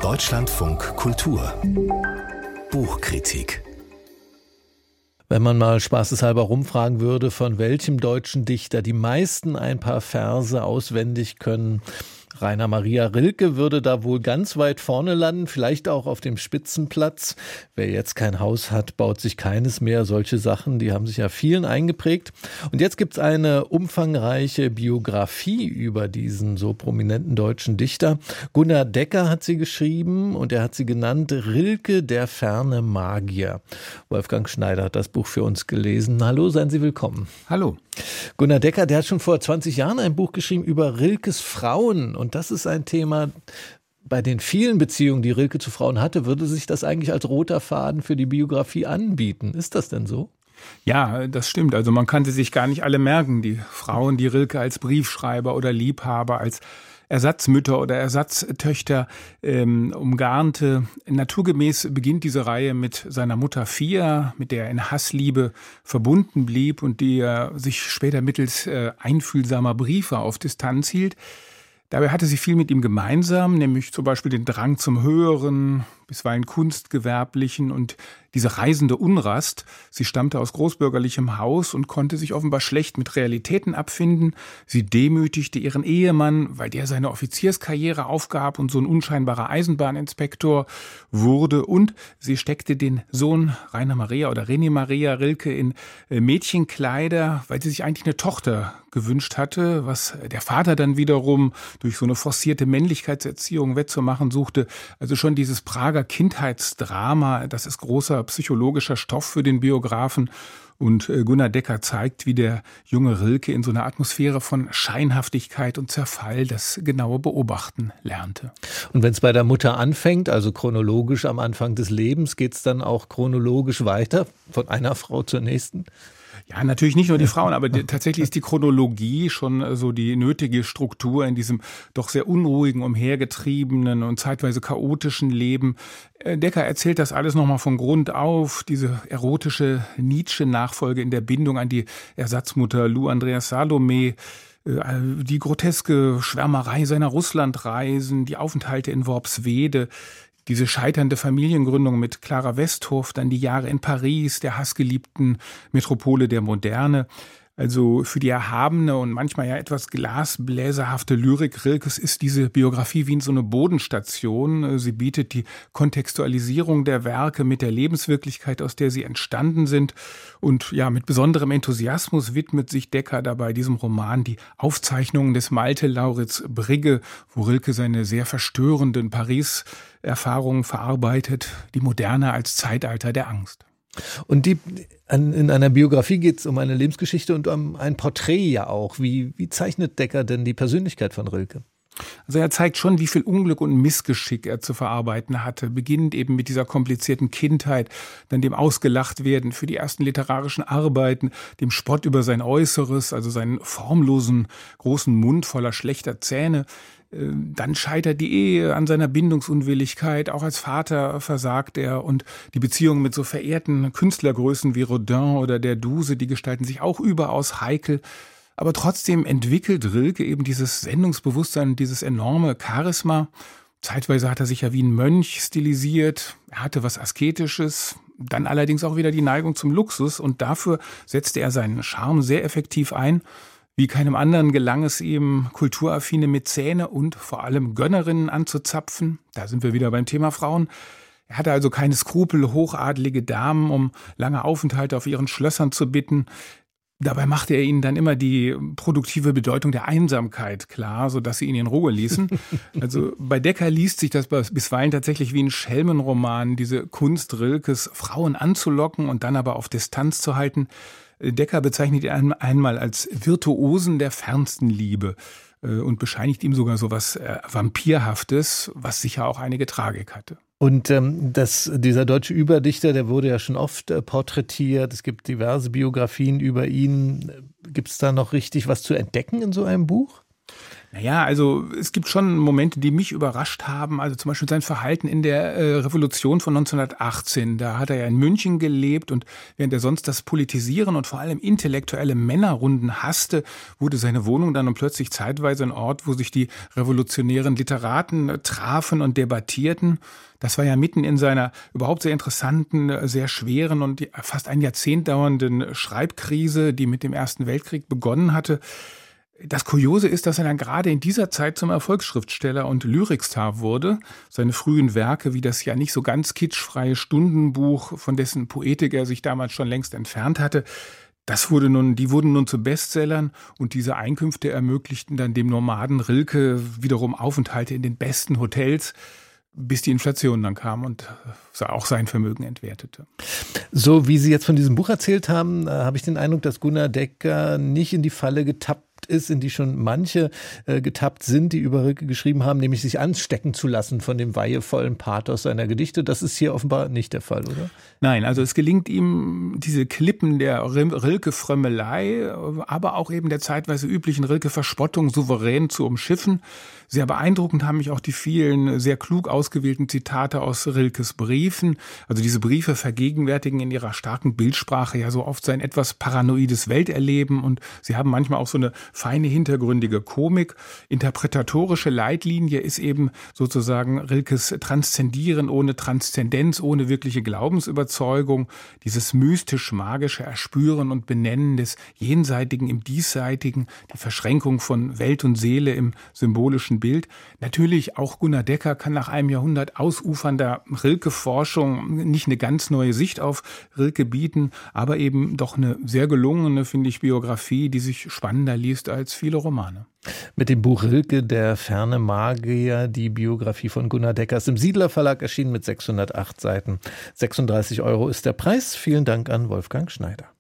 Deutschlandfunk Kultur Buchkritik. Wenn man mal spaßeshalber rumfragen würde, von welchem deutschen Dichter die meisten ein paar Verse auswendig können, Rainer Maria Rilke würde da wohl ganz weit vorne landen, vielleicht auch auf dem Spitzenplatz. Wer jetzt kein Haus hat, baut sich keines mehr. Solche Sachen, die haben sich ja vielen eingeprägt. Und jetzt gibt's eine umfangreiche Biografie über diesen so prominenten deutschen Dichter. Gunnar Decker hat sie geschrieben und er hat sie genannt Rilke, der ferne Magier. Wolfgang Schneider hat das Buch für uns gelesen. Hallo, seien Sie willkommen. Hallo. Gunnar Decker, der hat schon vor 20 Jahren ein Buch geschrieben über Rilkes Frauen. Und das ist ein Thema, bei den vielen Beziehungen, die Rilke zu Frauen hatte, würde sich das eigentlich als roter Faden für die Biografie anbieten. Ist das denn so? Ja, das stimmt. Also man kann sie sich gar nicht alle merken. Die Frauen, die Rilke als Briefschreiber oder Liebhaber, als Ersatzmütter oder Ersatztöchter umgarnte. Naturgemäß beginnt diese Reihe mit seiner Mutter Fia, mit der er in Hassliebe verbunden blieb und die er sich später mittels einfühlsamer Briefe auf Distanz hielt. Dabei hatte sie viel mit ihm gemeinsam, nämlich zum Beispiel den Drang zum Höheren, bisweilen Kunstgewerblichen und diese reisende Unrast. Sie stammte aus großbürgerlichem Haus und konnte sich offenbar schlecht mit Realitäten abfinden. Sie demütigte ihren Ehemann, weil der seine Offizierskarriere aufgab und so ein unscheinbarer Eisenbahninspektor wurde. Und sie steckte den Sohn Rainer Maria oder René Maria Rilke in Mädchenkleider, weil sie sich eigentlich eine Tochter gewünscht hatte, was der Vater dann wiederum durch so eine forcierte Männlichkeitserziehung wettzumachen suchte. Also schon dieses Prager Kindheitsdrama, das ist großer psychologischer Stoff für den Biografen. Und Gunnar Decker zeigt, wie der junge Rilke in so einer Atmosphäre von Scheinhaftigkeit und Zerfall das genaue Beobachten lernte. Und wenn es bei der Mutter anfängt, also chronologisch am Anfang des Lebens, geht es dann auch chronologisch weiter, von einer Frau zur nächsten? Ja, natürlich nicht nur die Frauen, aber tatsächlich ist die Chronologie schon so die nötige Struktur in diesem doch sehr unruhigen, umhergetriebenen und zeitweise chaotischen Leben. Decker erzählt das alles nochmal von Grund auf, diese erotische Nietzsche-Nachfolge in der Bindung an die Ersatzmutter Lou Andreas Salome, die groteske Schwärmerei seiner Russlandreisen, die Aufenthalte in Worpswede, diese scheiternde Familiengründung mit Clara Westhoff, dann die Jahre in Paris, der hassgeliebten Metropole der Moderne. Also für die erhabene und manchmal ja etwas glasbläserhafte Lyrik Rilkes ist diese Biografie wie so eine Bodenstation. Sie bietet die Kontextualisierung der Werke mit der Lebenswirklichkeit, aus der sie entstanden sind. Und ja, mit besonderem Enthusiasmus widmet sich Decker dabei diesem Roman die Aufzeichnungen des Malte Lauritz Brigge, wo Rilke seine sehr verstörenden Paris-Erfahrungen verarbeitet, die Moderne als Zeitalter der Angst. Und in einer Biografie geht es um eine Lebensgeschichte und um ein Porträt ja auch. Wie zeichnet Decker denn die Persönlichkeit von Rilke? Also er zeigt schon, wie viel Unglück und Missgeschick er zu verarbeiten hatte. Beginnend eben mit dieser komplizierten Kindheit, dann dem Ausgelachtwerden für die ersten literarischen Arbeiten, dem Spott über sein Äußeres, also seinen formlosen großen Mund voller schlechter Zähne. Dann scheitert die Ehe an seiner Bindungsunwilligkeit. Auch als Vater versagt er. Und die Beziehungen mit so verehrten Künstlergrößen wie Rodin oder der Duse, die gestalten sich auch überaus heikel. Aber trotzdem entwickelt Rilke eben dieses Sendungsbewusstsein, dieses enorme Charisma. Zeitweise hat er sich ja wie ein Mönch stilisiert. Er hatte was Asketisches. Dann allerdings auch wieder die Neigung zum Luxus. Und dafür setzte er seinen Charme sehr effektiv ein. Wie keinem anderen gelang es ihm, kulturaffine Mäzene und vor allem Gönnerinnen anzuzapfen. Da sind wir wieder beim Thema Frauen. Er hatte also keine Skrupel, hochadlige Damen um lange Aufenthalte auf ihren Schlössern zu bitten. Dabei machte er ihnen dann immer die produktive Bedeutung der Einsamkeit klar, sodass sie ihn in Ruhe ließen. Also bei Decker liest sich das bisweilen tatsächlich wie ein Schelmenroman, diese Kunst Rilkes, Frauen anzulocken und dann aber auf Distanz zu halten. Decker bezeichnet ihn einmal als Virtuosen der fernsten Liebe und bescheinigt ihm sogar so was Vampirhaftes, was sicher auch einige Tragik hatte. Und dieser deutsche Überdichter, der wurde ja schon oft porträtiert. Es gibt diverse Biografien über ihn. Gibt es da noch richtig was zu entdecken in so einem Buch? Naja, also es gibt schon Momente, die mich überrascht haben. Also zum Beispiel sein Verhalten in der Revolution von 1918. Da hat er ja in München gelebt und während er sonst das Politisieren und vor allem intellektuelle Männerrunden hasste, wurde seine Wohnung dann plötzlich zeitweise ein Ort, wo sich die revolutionären Literaten trafen und debattierten. Das war ja mitten in seiner überhaupt sehr interessanten, sehr schweren und fast ein Jahrzehnt dauernden Schreibkrise, die mit dem Ersten Weltkrieg begonnen hatte. Das Kuriose ist, dass er dann gerade in dieser Zeit zum Erfolgsschriftsteller und Lyrikstar wurde. Seine frühen Werke, wie das ja nicht so ganz kitschfreie Stundenbuch, von dessen Poetik er sich damals schon längst entfernt hatte, die wurden nun zu Bestsellern und diese Einkünfte ermöglichten dann dem Nomaden Rilke wiederum Aufenthalte in den besten Hotels, bis die Inflation dann kam und auch sein Vermögen entwertete. So wie Sie jetzt von diesem Buch erzählt haben, habe ich den Eindruck, dass Gunnar Decker nicht in die Falle getappt ist, in die schon manche getappt sind, die über Rilke geschrieben haben, nämlich sich anstecken zu lassen von dem weihevollen Pathos seiner Gedichte. Das ist hier offenbar nicht der Fall, oder? Nein, also es gelingt ihm, diese Klippen der Rilke-Frömmelei, aber auch eben der zeitweise üblichen Rilke-Verspottung souverän zu umschiffen. Sehr beeindruckend haben mich auch die vielen sehr klug ausgewählten Zitate aus Rilkes Briefen. Also diese Briefe vergegenwärtigen in ihrer starken Bildsprache ja so oft sein etwas paranoides Welterleben und sie haben manchmal auch so eine feine hintergründige Komik. Interpretatorische Leitlinie ist eben sozusagen Rilkes Transzendieren ohne Transzendenz, ohne wirkliche Glaubensüberzeugung, dieses mystisch-magische Erspüren und Benennen des Jenseitigen im Diesseitigen, die Verschränkung von Welt und Seele im symbolischen Bild. Natürlich, auch Gunnar Decker kann nach einem Jahrhundert ausufernder Rilke-Forschung nicht eine ganz neue Sicht auf Rilke bieten, aber eben doch eine sehr gelungene, finde ich, Biografie, die sich spannender liest als viele Romane. Mit dem Buch Rilke, der ferne Magier, die Biografie von Gunnar Decker, ist im Siedler Verlag erschienen mit 608 Seiten. 36 € ist der Preis. Vielen Dank an Wolfgang Schneider.